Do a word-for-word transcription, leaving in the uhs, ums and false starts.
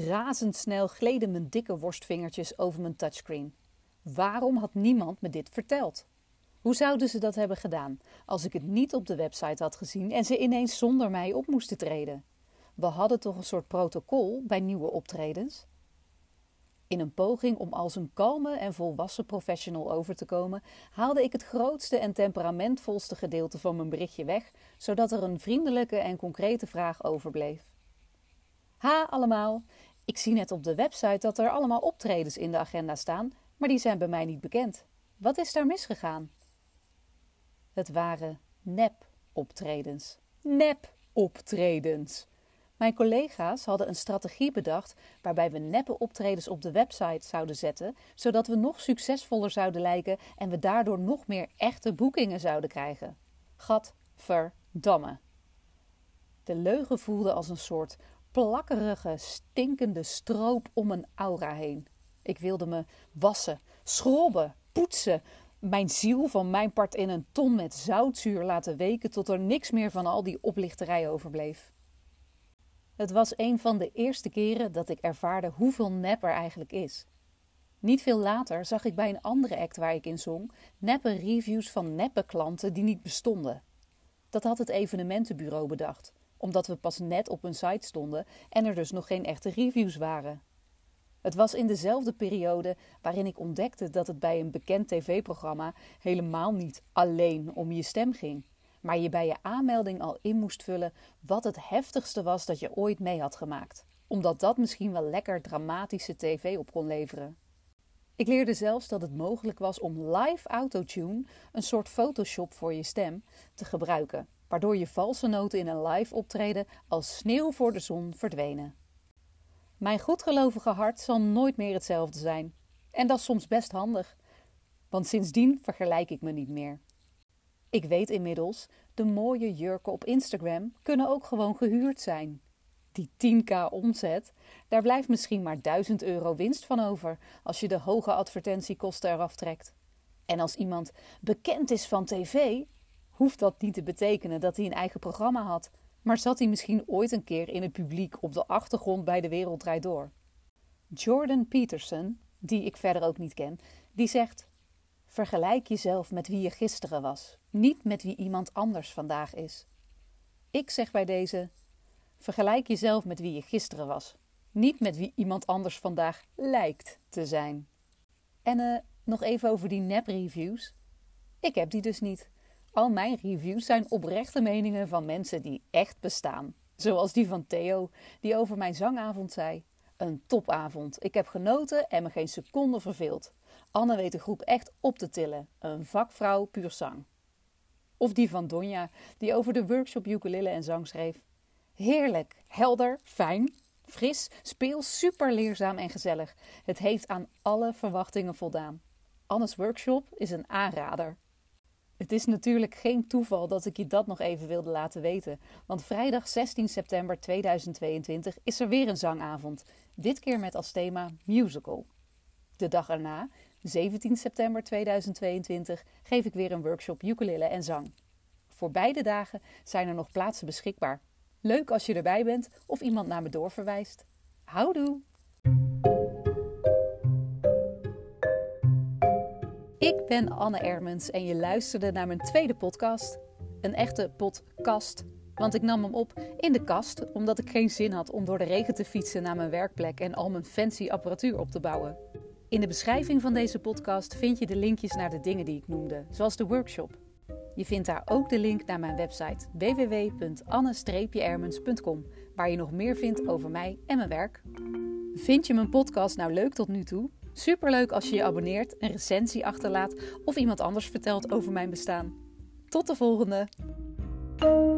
Razendsnel gleden mijn dikke worstvingertjes over mijn touchscreen. Waarom had niemand me dit verteld? Hoe zouden ze dat hebben gedaan als ik het niet op de website had gezien en ze ineens zonder mij op moesten treden? We hadden toch een soort protocol bij nieuwe optredens? In een poging om als een kalme en volwassen professional over te komen, haalde ik het grootste en temperamentvolste gedeelte van mijn berichtje weg, zodat er een vriendelijke en concrete vraag overbleef. Ha allemaal, ik zie net op de website dat er allemaal optredens in de agenda staan, maar die zijn bij mij niet bekend. Wat is daar misgegaan? Het waren nep-optredens. Nep-optredens! Mijn collega's hadden een strategie bedacht waarbij we neppe optredens op de website zouden zetten, zodat we nog succesvoller zouden lijken en we daardoor nog meer echte boekingen zouden krijgen. Gadverdamme. De leugen voelde als een soort plakkerige, stinkende stroop om mijn aura heen. Ik wilde me wassen, schrobben, poetsen, mijn ziel van mijn part in een ton met zoutzuur laten weken tot er niks meer van al die oplichterij overbleef. Het was een van de eerste keren dat ik ervaarde hoeveel nep er eigenlijk is. Niet veel later zag ik bij een andere act waar ik in zong neppe reviews van neppe klanten die niet bestonden. Dat had het evenementenbureau bedacht, omdat we pas net op hun site stonden en er dus nog geen echte reviews waren. Het was in dezelfde periode waarin ik ontdekte dat het bij een bekend tv-programma helemaal niet alleen om je stem ging, maar je bij je aanmelding al in moest vullen wat het heftigste was dat je ooit mee had gemaakt, omdat dat misschien wel lekker dramatische tv op kon leveren. Ik leerde zelfs dat het mogelijk was om live autotune, een soort Photoshop voor je stem, te gebruiken, waardoor je valse noten in een live optreden als sneeuw voor de zon verdwenen. Mijn goedgelovige hart zal nooit meer hetzelfde zijn. En dat is soms best handig, want sindsdien vergelijk ik me niet meer. Ik weet inmiddels, de mooie jurken op Instagram kunnen ook gewoon gehuurd zijn. Die tien k omzet, daar blijft misschien maar duizend euro winst van over als je de hoge advertentiekosten eraf trekt. En als iemand bekend is van tv, hoeft dat niet te betekenen dat hij een eigen programma had, maar zat hij misschien ooit een keer in het publiek op de achtergrond bij De Wereld Draait Door. Jordan Peterson, die ik verder ook niet ken, die zegt: vergelijk jezelf met wie je gisteren was, niet met wie iemand anders vandaag is. Ik zeg bij deze: vergelijk jezelf met wie je gisteren was, niet met wie iemand anders vandaag lijkt te zijn. En uh, nog even over die nep-reviews. Ik heb die dus niet. Al mijn reviews zijn oprechte meningen van mensen die echt bestaan. Zoals die van Theo, die over mijn zangavond zei: een topavond, ik heb genoten en me geen seconde verveeld. Anne weet de groep echt op te tillen, een vakvrouw puur zang. Of die van Donja, die over de workshop ukulele en zang schreef: heerlijk, helder, fijn, fris, speel, super leerzaam en gezellig. Het heeft aan alle verwachtingen voldaan. Anne's workshop is een aanrader. Het is natuurlijk geen toeval dat ik je dat nog even wilde laten weten, want vrijdag zestien september tweeduizend tweeëntwintig is er weer een zangavond, dit keer met als thema musical. De dag erna, zeventien september tweeduizend tweeëntwintig, geef ik weer een workshop ukulele en zang. Voor beide dagen zijn er nog plaatsen beschikbaar. Leuk als je erbij bent of iemand naar me doorverwijst. Houdoe! Ik ben Anne Ermens en je luisterde naar mijn tweede podcast. Een echte podcast, want ik nam hem op in de kast, omdat ik geen zin had om door de regen te fietsen naar mijn werkplek en al mijn fancy apparatuur op te bouwen. In de beschrijving van deze podcast vind je de linkjes naar de dingen die ik noemde, zoals de workshop. Je vindt daar ook de link naar mijn website w w w punt anne ermens punt com, waar je nog meer vindt over mij en mijn werk. Vind je mijn podcast nou leuk tot nu toe? Superleuk als je je abonneert, een recensie achterlaat of iemand anders vertelt over mijn bestaan. Tot de volgende!